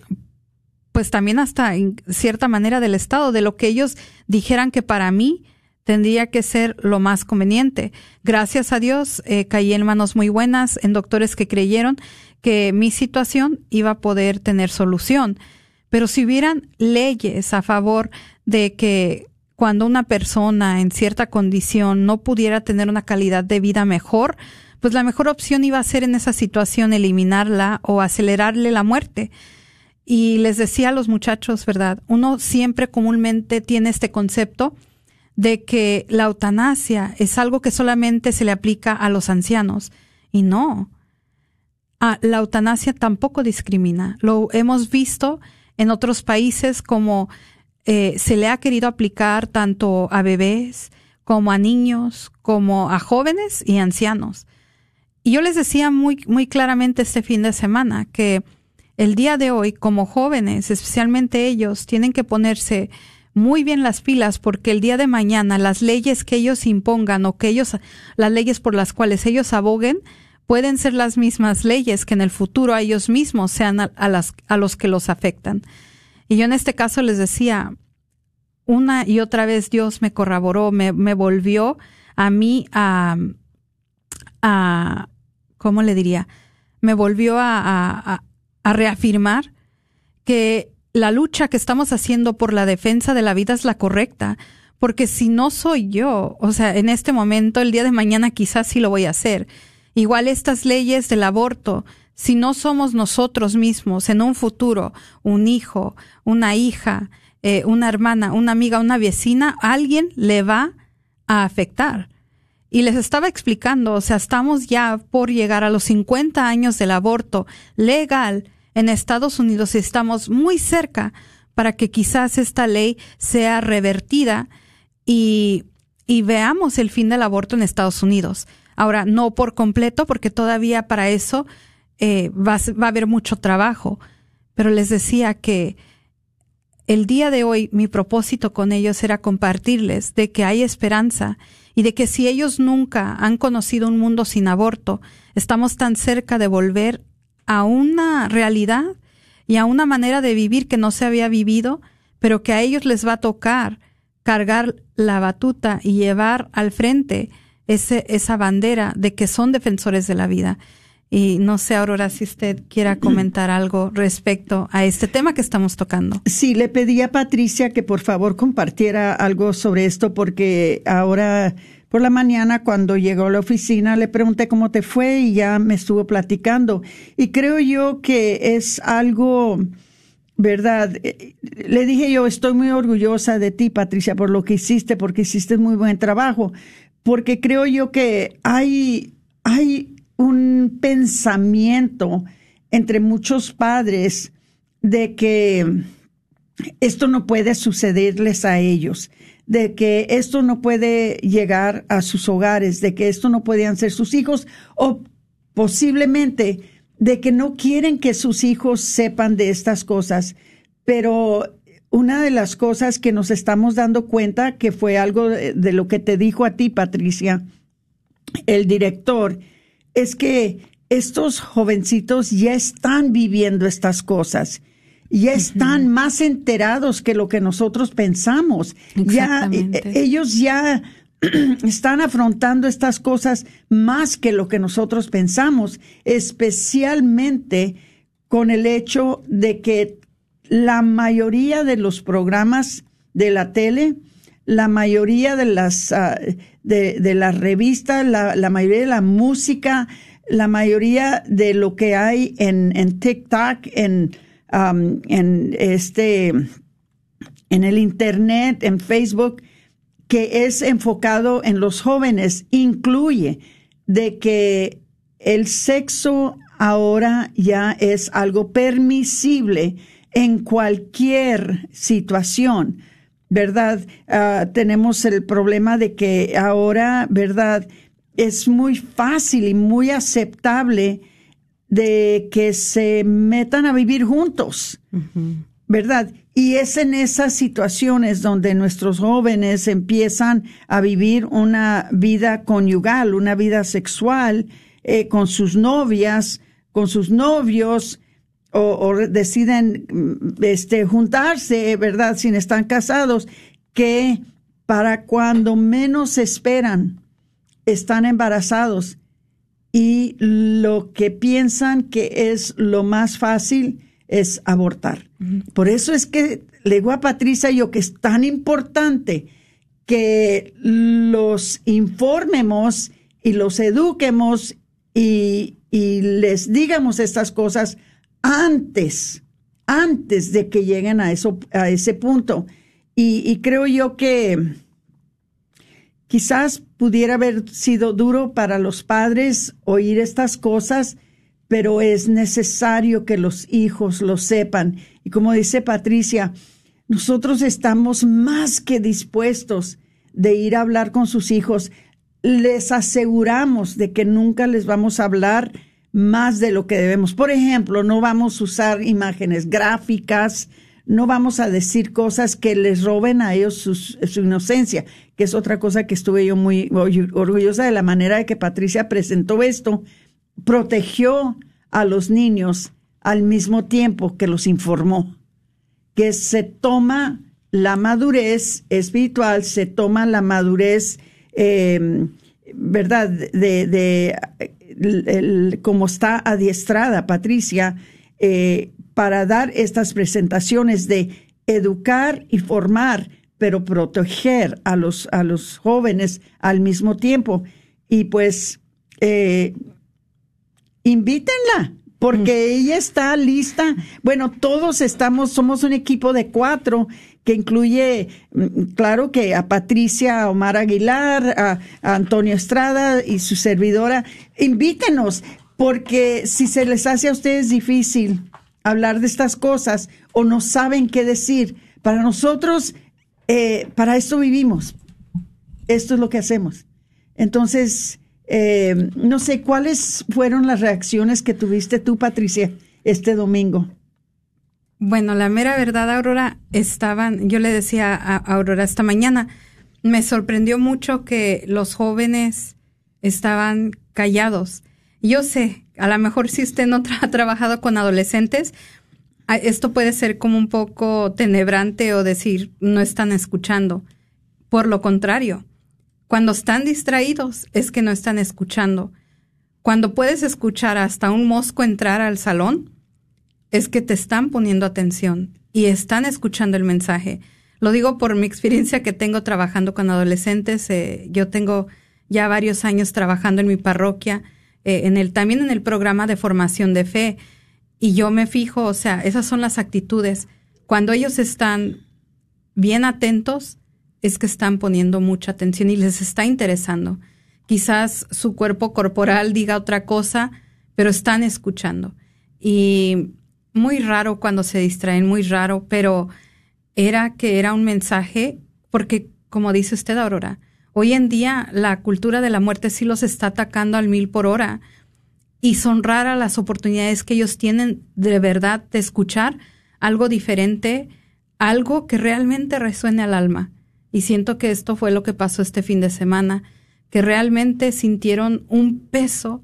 pues también hasta en cierta manera del Estado, de lo que ellos dijeran que para mí tendría que ser lo más conveniente. Gracias a Dios eh, caí en manos muy buenas, en doctores que creyeron que mi situación iba a poder tener solución. Pero si hubieran leyes a favor de que cuando una persona en cierta condición no pudiera tener una calidad de vida mejor, pues la mejor opción iba a ser en esa situación eliminarla o acelerarle la muerte. Y les decía a los muchachos, ¿verdad? Uno siempre comúnmente tiene este concepto de que la eutanasia es algo que solamente se le aplica a los ancianos. Y no. Ah, la eutanasia tampoco discrimina. Lo hemos visto en otros países como eh, se le ha querido aplicar tanto a bebés como a niños, como a jóvenes y ancianos. Y yo les decía muy, muy claramente este fin de semana que el día de hoy, como jóvenes, especialmente ellos, tienen que ponerse muy bien las pilas porque el día de mañana las leyes que ellos impongan o que ellos, las leyes por las cuales ellos aboguen, pueden ser las mismas leyes que en el futuro a ellos mismos sean a, a, las, a los que los afectan. Y yo en este caso les decía, una y otra vez Dios me corroboró, me, me volvió a mí a, a, ¿cómo le diría? Me volvió a, a, a a reafirmar que la lucha que estamos haciendo por la defensa de la vida es la correcta, porque si no soy yo, o sea, en este momento, el día de mañana quizás sí lo voy a hacer. Igual estas leyes del aborto, si no somos nosotros mismos en un futuro, un hijo, una hija, eh, una hermana, una amiga, una vecina, alguien le va a afectar. Y les estaba explicando, o sea, estamos ya por llegar a los cincuenta años del aborto legal en Estados Unidos y estamos muy cerca para que quizás esta ley sea revertida y, y veamos el fin del aborto en Estados Unidos. Ahora, no por completo, porque todavía para eso eh, va, va a haber mucho trabajo, pero les decía que el día de hoy mi propósito con ellos era compartirles de que hay esperanza y de que si ellos nunca han conocido un mundo sin aborto, estamos tan cerca de volver a una realidad y a una manera de vivir que no se había vivido, pero que a ellos les va a tocar cargar la batuta y llevar al frente ese, esa bandera de que son defensores de la vida. Y no sé, Aurora, si usted quiera comentar algo respecto a este tema que estamos tocando. Sí, le pedí a Patricia que por favor compartiera algo sobre esto, porque ahora por la mañana cuando llegó a la oficina le pregunté cómo te fue y ya me estuvo platicando. Y creo yo que es algo, ¿verdad? Le dije yo, estoy muy orgullosa de ti, Patricia, por lo que hiciste, porque hiciste muy buen trabajo, porque creo yo que hay, hay un pensamiento entre muchos padres de que esto no puede sucederles a ellos, de que esto no puede llegar a sus hogares, de que esto no podían ser sus hijos, o posiblemente de que no quieren que sus hijos sepan de estas cosas. Pero una de las cosas que nos estamos dando cuenta, que fue algo de, de lo que te dijo a ti, Patricia, el director, es que estos jovencitos ya están viviendo estas cosas, ya están uh-huh. más enterados que lo que nosotros pensamos. Ya eh, ellos ya están afrontando estas cosas más que lo que nosotros pensamos, especialmente con el hecho de que la mayoría de los programas de la tele, la mayoría de las uh, de, de las revistas, la, la mayoría de la música, la mayoría de lo que hay en, en TikTok, en, um, en este, en el internet, en Facebook, que es enfocado en los jóvenes, incluye de que el sexo ahora ya es algo permisible en cualquier situación, ¿verdad? Uh, tenemos el problema de que ahora, ¿verdad?, es muy fácil y muy aceptable de que se metan a vivir juntos, uh-huh. ¿verdad? Y es en esas situaciones donde nuestros jóvenes empiezan a vivir una vida conyugal, una vida sexual, eh, con sus novias, con sus novios, o, o deciden este, juntarse, ¿verdad?, sin estar casados, que para cuando menos esperan, están embarazados y lo que piensan que es lo más fácil es abortar. Uh-huh. Por eso es que le digo a Patricia yo que es tan importante que los informemos y los eduquemos y, y les digamos estas cosas antes, antes de que lleguen a eso, a ese punto. Y, y creo yo que quizás pudiera haber sido duro para los padres oír estas cosas, pero es necesario que los hijos lo sepan. Y como dice Patricia, nosotros estamos más que dispuestos de ir a hablar con sus hijos. Les aseguramos de que nunca les vamos a hablar más de lo que debemos. Por ejemplo, no vamos a usar imágenes gráficas, no vamos a decir cosas que les roben a ellos su, su inocencia, que es otra cosa que estuve yo muy orgullosa de la manera de que Patricia presentó esto. Protegió a los niños al mismo tiempo que los informó, que se toma la madurez espiritual, se toma la madurez, eh, ¿verdad?, de, de el, el, como está adiestrada Patricia, eh, para dar estas presentaciones de educar y formar, pero proteger a los, a los jóvenes al mismo tiempo. Y pues, eh, invítenla, porque mm. ella está lista. Bueno, todos estamos, somos un equipo de cuatro, que incluye, claro, que a Patricia, a Omar Aguilar, a, a Antonio Estrada y su servidora. Invítenos, porque si se les hace a ustedes difícil hablar de estas cosas o no saben qué decir, para nosotros, eh, para esto vivimos, esto es lo que hacemos. Entonces, eh, no sé, ¿cuáles fueron las reacciones que tuviste tú, Patricia, este domingo? Bueno, la mera verdad, Aurora, estaban, yo le decía a Aurora esta mañana, me sorprendió mucho que los jóvenes estaban callados. Yo sé, a lo mejor si usted no tra- ha trabajado con adolescentes, esto puede ser como un poco tenebrante o decir, no están escuchando. Por lo contrario, cuando están distraídos es que no están escuchando. Cuando puedes escuchar hasta un mosco entrar al salón, es que te están poniendo atención y están escuchando el mensaje. Lo digo por mi experiencia que tengo trabajando con adolescentes. Eh, yo tengo ya varios años trabajando en mi parroquia, eh, en el, también en el programa de formación de fe. Y yo me fijo, o sea, esas son las actitudes. Cuando ellos están bien atentos, es que están poniendo mucha atención y les está interesando. Quizás su cuerpo corporal diga otra cosa, pero están escuchando. Y muy raro cuando se distraen, muy raro, pero era que era un mensaje, porque como dice usted, Aurora, hoy en día la cultura de la muerte sí los está atacando al mil por hora y son raras las oportunidades que ellos tienen de verdad de escuchar algo diferente, algo que realmente resuene al alma. Y siento que esto fue lo que pasó este fin de semana, que realmente sintieron un peso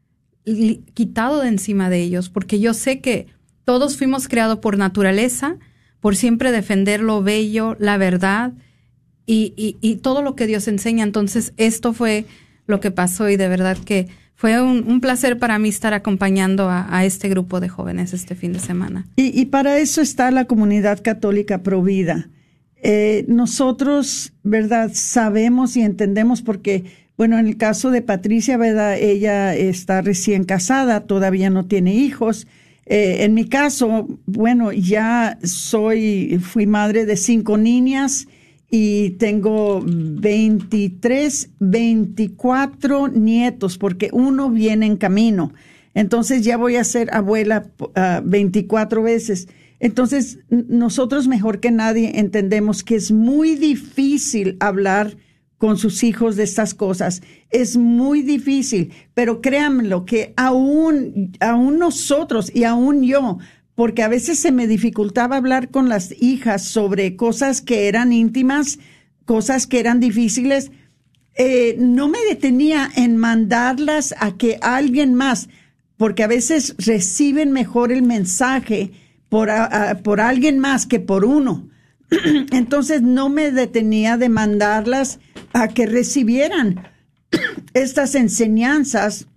quitado de encima de ellos, porque yo sé que todos fuimos creados por naturaleza, por siempre defender lo bello, la verdad y, y, y todo lo que Dios enseña. Entonces, esto fue lo que pasó y de verdad que fue un, un placer para mí estar acompañando a, a este grupo de jóvenes este fin de semana. Y, y para eso está la comunidad católica Provida. Eh, nosotros, ¿verdad?, sabemos y entendemos porque, bueno, en el caso de Patricia, ¿verdad?, ella está recién casada, todavía no tiene hijos. Eh, en mi caso, bueno, ya soy, fui madre de cinco niñas y tengo veintitrés, veinticuatro nietos, porque uno viene en camino. Entonces ya voy a ser abuela uh, veinticuatro veces. Entonces, nosotros mejor que nadie entendemos que es muy difícil hablar con sus hijos de estas cosas. Es muy difícil, pero créanmelo que aún, aún nosotros y aún yo, porque a veces se me dificultaba hablar con las hijas sobre cosas que eran íntimas, cosas que eran difíciles, eh, no me detenía en mandarlas a que alguien más, porque a veces reciben mejor el mensaje por, a, a, por alguien más que por uno. Entonces no me detenía de mandarlas a que recibieran estas enseñanzas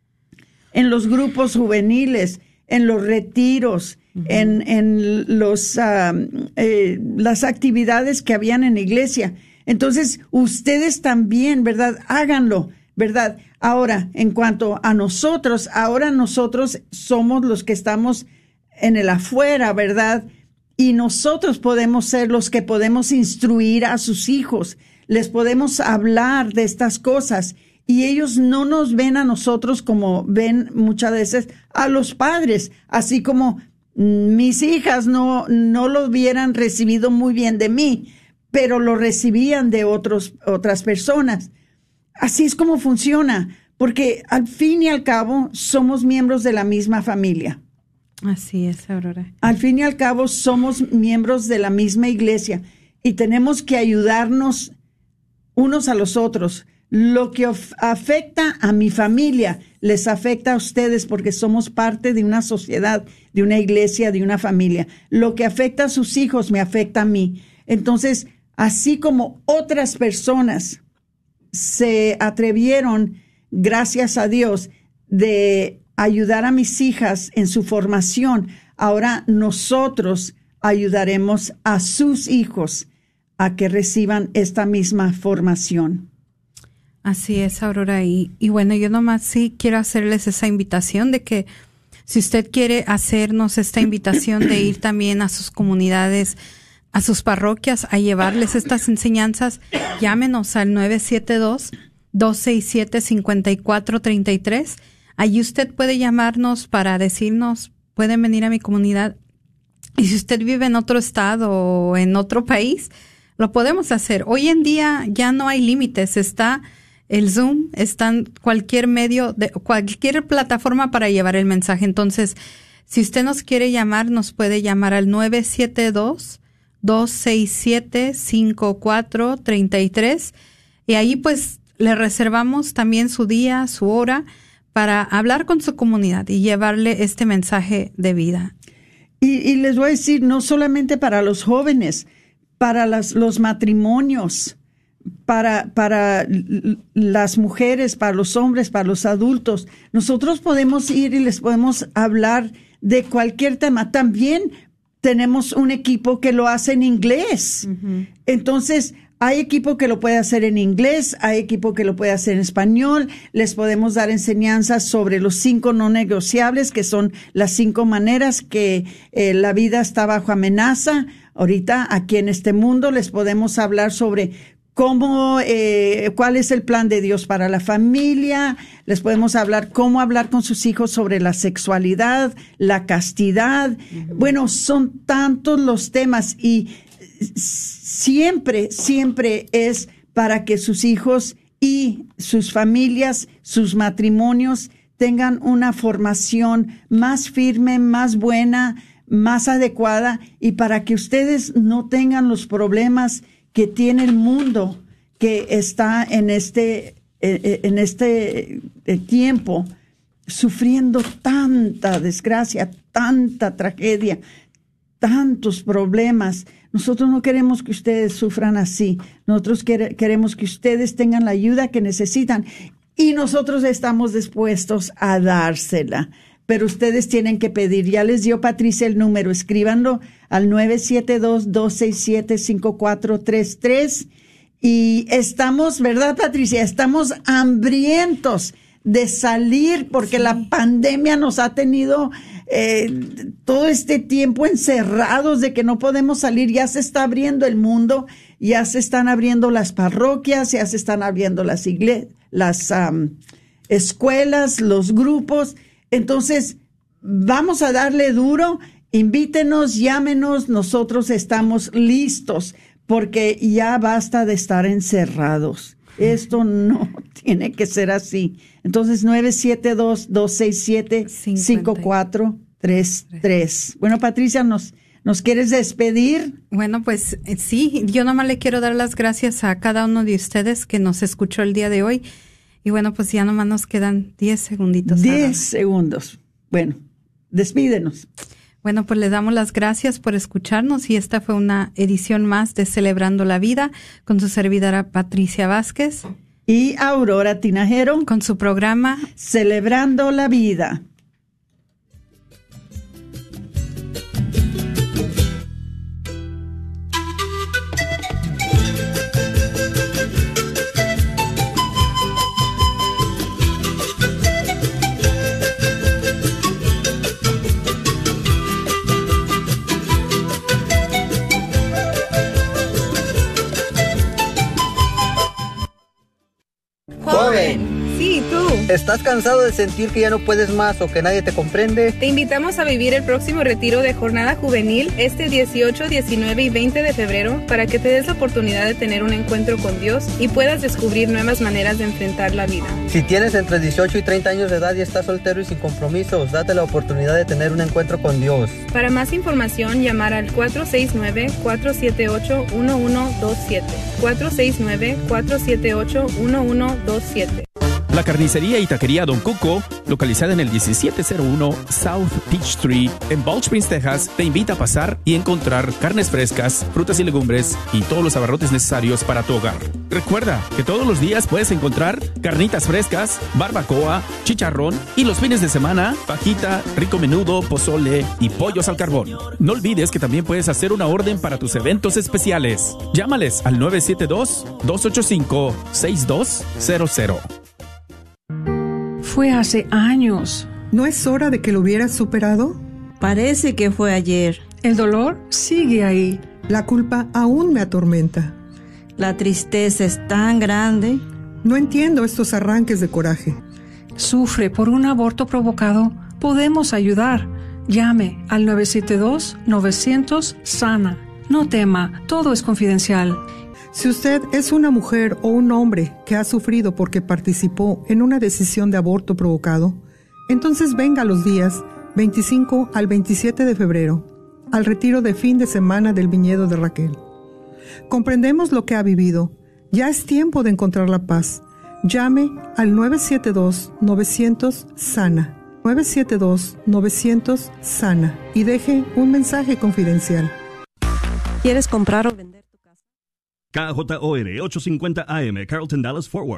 en los grupos juveniles, en los retiros, uh-huh. en, en los, uh, eh, las actividades que habían en la iglesia. Entonces, ustedes también, ¿verdad? Háganlo, ¿verdad? Ahora, en cuanto a nosotros, ahora nosotros somos los que estamos en el afuera, ¿verdad? Y nosotros podemos ser los que podemos instruir a sus hijos, les podemos hablar de estas cosas y ellos no nos ven a nosotros como ven muchas veces a los padres, así como mis hijas no, no lo hubieran recibido muy bien de mí, pero lo recibían de otros, otras personas. Así es como funciona, porque al fin y al cabo somos miembros de la misma familia. Así es, Aurora. Al fin y al cabo somos miembros de la misma iglesia y tenemos que ayudarnos unos a los otros. Lo que of- afecta a mi familia les afecta a ustedes porque somos parte de una sociedad, de una iglesia, de una familia. Lo que afecta a sus hijos me afecta a mí. Entonces, así como otras personas se atrevieron, gracias a Dios, de ayudar a mis hijas en su formación, ahora nosotros ayudaremos a sus hijos a que reciban esta misma formación. Así es, Aurora. Y, y bueno, yo nomás sí quiero hacerles esa invitación de que si usted quiere hacernos esta invitación de ir también a sus comunidades, a sus parroquias, a llevarles estas enseñanzas, llámenos al nueve siete dos, dos seis siete, cinco cuatro tres tres. Allí usted puede llamarnos para decirnos, pueden venir a mi comunidad. Y si usted vive en otro estado o en otro país, lo podemos hacer. Hoy en día ya no hay límites, está el Zoom, está en cualquier medio, de cualquier plataforma para llevar el mensaje. Entonces, si usted nos quiere llamar, nos puede llamar al nueve siete dos, dos seis siete, cinco cuatro tres tres y ahí pues le reservamos también su día, su hora para hablar con su comunidad y llevarle este mensaje de vida. Y, y les voy a decir, no solamente para los jóvenes, para las, los matrimonios, para, para las mujeres, para los hombres, para los adultos. Nosotros podemos ir y les podemos hablar de cualquier tema. También tenemos un equipo que lo hace en inglés. Uh-huh. Entonces, hay equipo que lo puede hacer en inglés, hay equipo que lo puede hacer en español. Les podemos dar enseñanzas sobre los cinco no negociables, que son las cinco maneras que eh, la vida está bajo amenaza. Ahorita, aquí en este mundo, les podemos hablar sobre cómo, eh, cuál es el plan de Dios para la familia. Les podemos hablar cómo hablar con sus hijos sobre la sexualidad, la castidad. Uh-huh. Bueno, son tantos los temas y siempre, siempre es para que sus hijos y sus familias, sus matrimonios tengan una formación más firme, más buena, más adecuada y para que ustedes no tengan los problemas que tiene el mundo que está en este, en este tiempo sufriendo tanta desgracia, tanta tragedia, tantos problemas. Nosotros no queremos que ustedes sufran así. Nosotros quer- queremos que ustedes tengan la ayuda que necesitan y nosotros estamos dispuestos a dársela. Pero ustedes tienen que pedir. Ya les dio Patricia el número. Escríbanlo al nueve siete dos, dos seis siete, cinco cuatro tres tres. Y estamos, ¿verdad, Patricia? Estamos hambrientos de salir porque sí. La pandemia nos ha tenido eh, todo este tiempo encerrados de que no podemos salir. Ya se está abriendo el mundo, ya se están abriendo las parroquias, ya se están abriendo las iglesias, las um, escuelas, los grupos. Entonces, vamos a darle duro, invítenos, llámenos, nosotros estamos listos, porque ya basta de estar encerrados. Esto no tiene que ser así. Entonces, nueve siete dos, dos seis siete, cinco cuatro tres tres. Bueno, Patricia, ¿nos, ¿nos quieres despedir? Bueno, pues sí, yo nomás le quiero dar las gracias a cada uno de ustedes que nos escuchó el día de hoy. Y bueno, pues ya nomás nos quedan diez segunditos. Diez segundos. Bueno, despídenos. Bueno, pues le damos las gracias por escucharnos y esta fue una edición más de Celebrando la Vida con su servidora Patricia Vázquez. Y Aurora Tinajero. Con su programa Celebrando la Vida. Joven. Sí, tú. ¿Estás cansado de sentir que ya no puedes más o que nadie te comprende? Te invitamos a vivir el próximo retiro de jornada juvenil este dieciocho, diecinueve y veinte de febrero para que te des la oportunidad de tener un encuentro con Dios y puedas descubrir nuevas maneras de enfrentar la vida. Si tienes entre dieciocho y treinta años de edad y estás soltero y sin compromisos, date la oportunidad de tener un encuentro con Dios. Para más información, llamar al cuatro seis nueve, cuatro siete ocho, uno uno dos siete. cuatro seis nueve, cuatro siete ocho, uno uno dos siete. La carnicería y taquería Don Cuco, localizada en el diecisiete cero uno South Peachtree en Balch Springs, Texas, te invita a pasar y encontrar carnes frescas, frutas y legumbres y todos los abarrotes necesarios para tu hogar. Recuerda que todos los días puedes encontrar carnitas frescas, barbacoa, chicharrón y los fines de semana, fajita, rico menudo, pozole y pollos al carbón. No olvides que también puedes hacer una orden para tus eventos especiales. Llámales al nueve siete dos, dos ocho cinco, seis dos cero cero. Fue hace años. ¿No es hora de que lo hubieras superado? Parece que fue ayer. El dolor sigue ahí. La culpa aún me atormenta. La tristeza es tan grande. No entiendo estos arranques de coraje. Sufre por un aborto provocado. Podemos ayudar. Llame al nueve siete dos, novecientos, S A N A. No tema, todo es confidencial. Si usted es una mujer o un hombre que ha sufrido porque participó en una decisión de aborto provocado, entonces venga los días veinticinco al veintisiete de febrero, al retiro de fin de semana del viñedo de Raquel. Comprendemos lo que ha vivido. Ya es tiempo de encontrar la paz. Llame al nueve siete dos, novecientos, SANA. nueve siete dos, novecientos, SANA. Y deje un mensaje confidencial. ¿Quieres comprar o vender tu casa? K J O R ochocientos cincuenta A M, Carlton Dallas Forward.